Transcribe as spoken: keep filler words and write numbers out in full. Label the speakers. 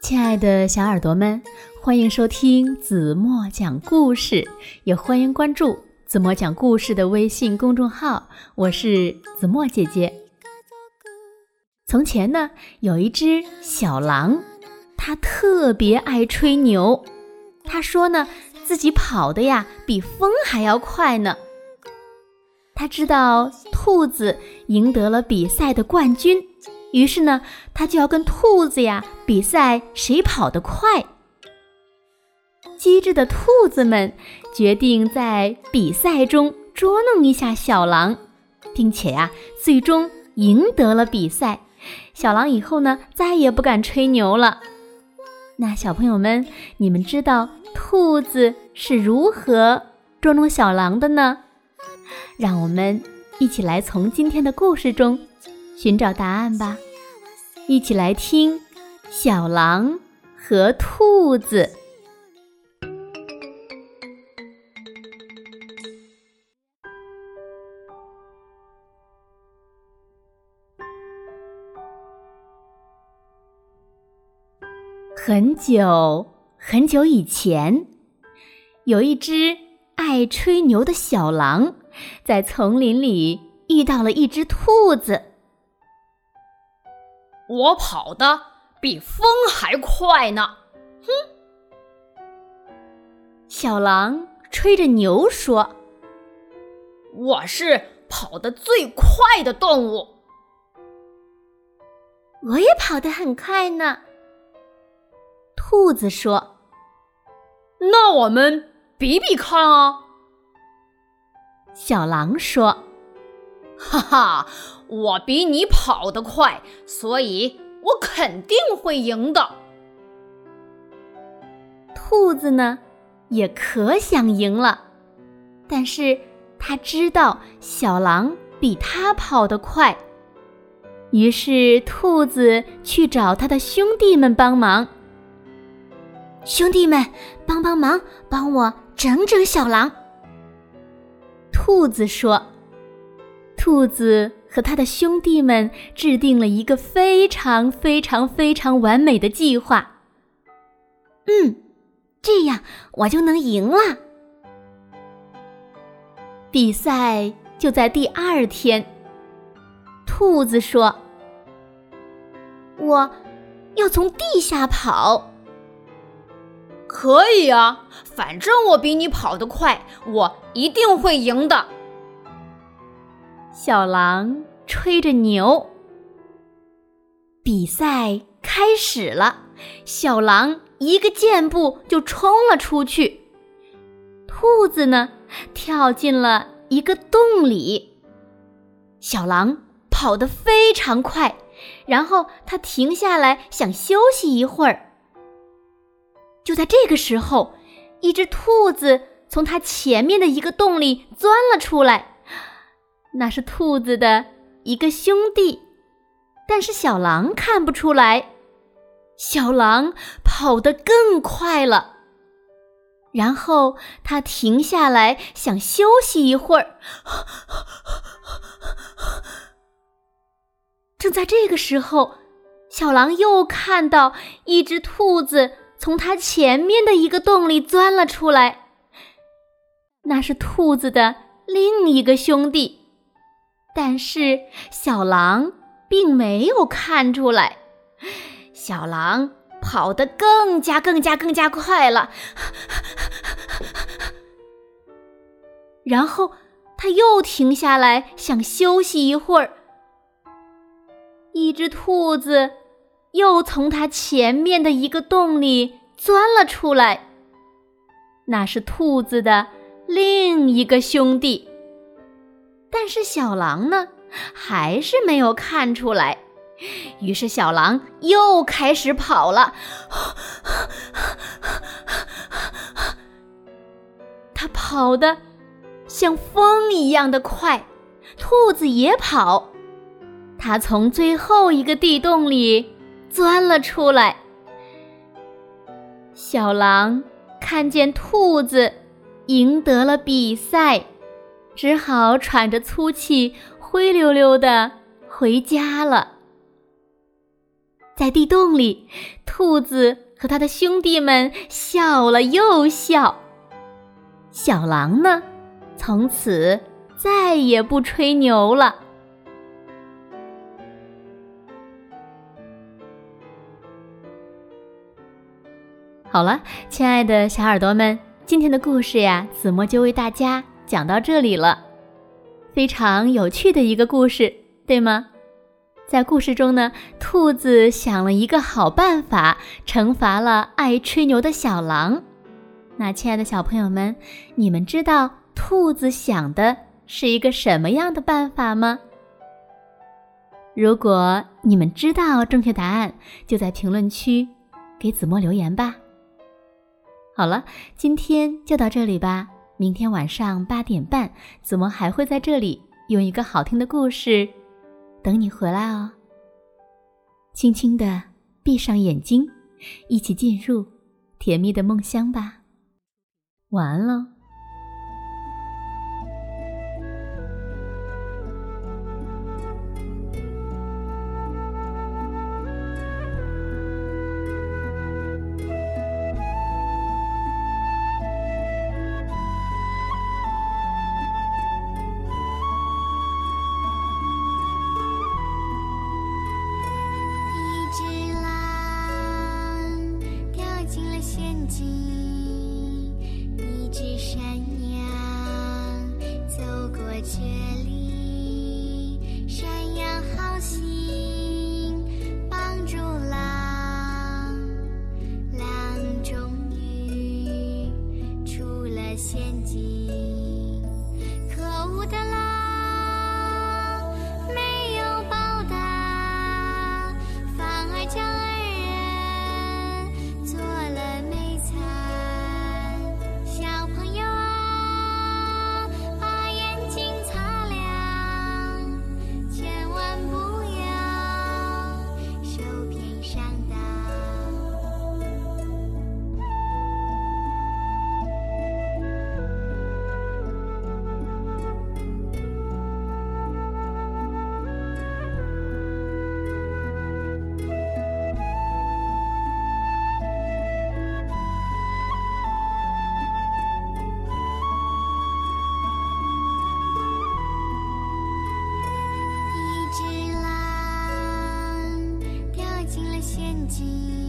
Speaker 1: 亲爱的小耳朵们，欢迎收听子墨讲故事，也欢迎关注子墨讲故事的微信公众号，我是子墨姐姐。从前呢，有一只小狼，它特别爱吹牛。它说呢，自己跑的呀，比风还要快呢。它知道兔子赢得了比赛的冠军，于是呢，他就要跟兔子呀比赛谁跑得快。机智的兔子们决定在比赛中捉弄一下小狼，并且呀，最终赢得了比赛。小狼以后呢，再也不敢吹牛了。那小朋友们，你们知道兔子是如何捉弄小狼的呢？让我们一起来从今天的故事中寻找答案吧。一起来听小狼和兔子。很久很久以前，有一只爱吹牛的小狼，在丛林里遇到了一只兔子。
Speaker 2: 我跑得比风还快呢，哼！
Speaker 1: 小狼吹着牛说：“
Speaker 2: 我是跑得最快的动物。”
Speaker 1: 我也跑得很快呢。兔子说：“
Speaker 2: 那我们比比看啊。”
Speaker 1: 小狼说：“
Speaker 2: 哈哈，我比你跑得快，所以我肯定会赢的。”
Speaker 1: 兔子呢，也可想赢了，但是他知道小狼比他跑得快，于是兔子去找他的兄弟们帮忙。兄弟们，帮帮忙，帮我整整小狼。兔子说。兔子和他的兄弟们制定了一个非常非常非常完美的计划。嗯，这样我就能赢了。比赛就在第二天。兔子说：“我要从地下跑。”
Speaker 2: 可以啊，反正我比你跑得快，我一定会赢的。
Speaker 1: 小狼吹着牛。比赛开始了，小狼一个箭步就冲了出去。兔子呢，跳进了一个洞里。小狼跑得非常快，然后他停下来想休息一会儿。就在这个时候，一只兔子从它前面的一个洞里钻了出来。那是兔子的一个兄弟，但是小狼看不出来。小狼跑得更快了，然后他停下来想休息一会儿。正在这个时候，小狼又看到一只兔子从它前面的一个洞里钻了出来。那是兔子的另一个兄弟。但是小狼并没有看出来，小狼跑得更加更加更加快了。然后他又停下来想休息一会儿。一只兔子又从它前面的一个洞里钻了出来，那是兔子的另一个兄弟。但是小狼呢，还是没有看出来。于是小狼又开始跑了。它跑得像风一样的快，兔子也跑。它从最后一个地洞里钻了出来。小狼看见兔子赢得了比赛，只好喘着粗气，灰溜溜地回家了。 在地洞里，兔子和他的兄弟们笑了又笑。小狼呢，从此再也不吹牛了。好了，亲爱的小耳朵们，今天的故事呀，子墨就为大家讲到这里了。非常有趣的一个故事，对吗？在故事中呢，兔子想了一个好办法，惩罚了爱吹牛的小狼。那亲爱的小朋友们，你们知道兔子想的是一个什么样的办法吗？如果你们知道正确答案，就在评论区给子墨留言吧。好了，今天就到这里吧。明天晚上八点半，子墨还会在这里用一个好听的故事等你回来哦。轻轻地闭上眼睛，一起进入甜蜜的梦乡吧。晚安喽。
Speaker 3: 一只山羊走过这里，山羊好心帮助狼，狼终于出了陷阱。可恶的狼没有报答，反而将二人做了美餐。小朋友啊，把眼睛擦亮，千万不要受骗上当。一只狼掉进了陷阱。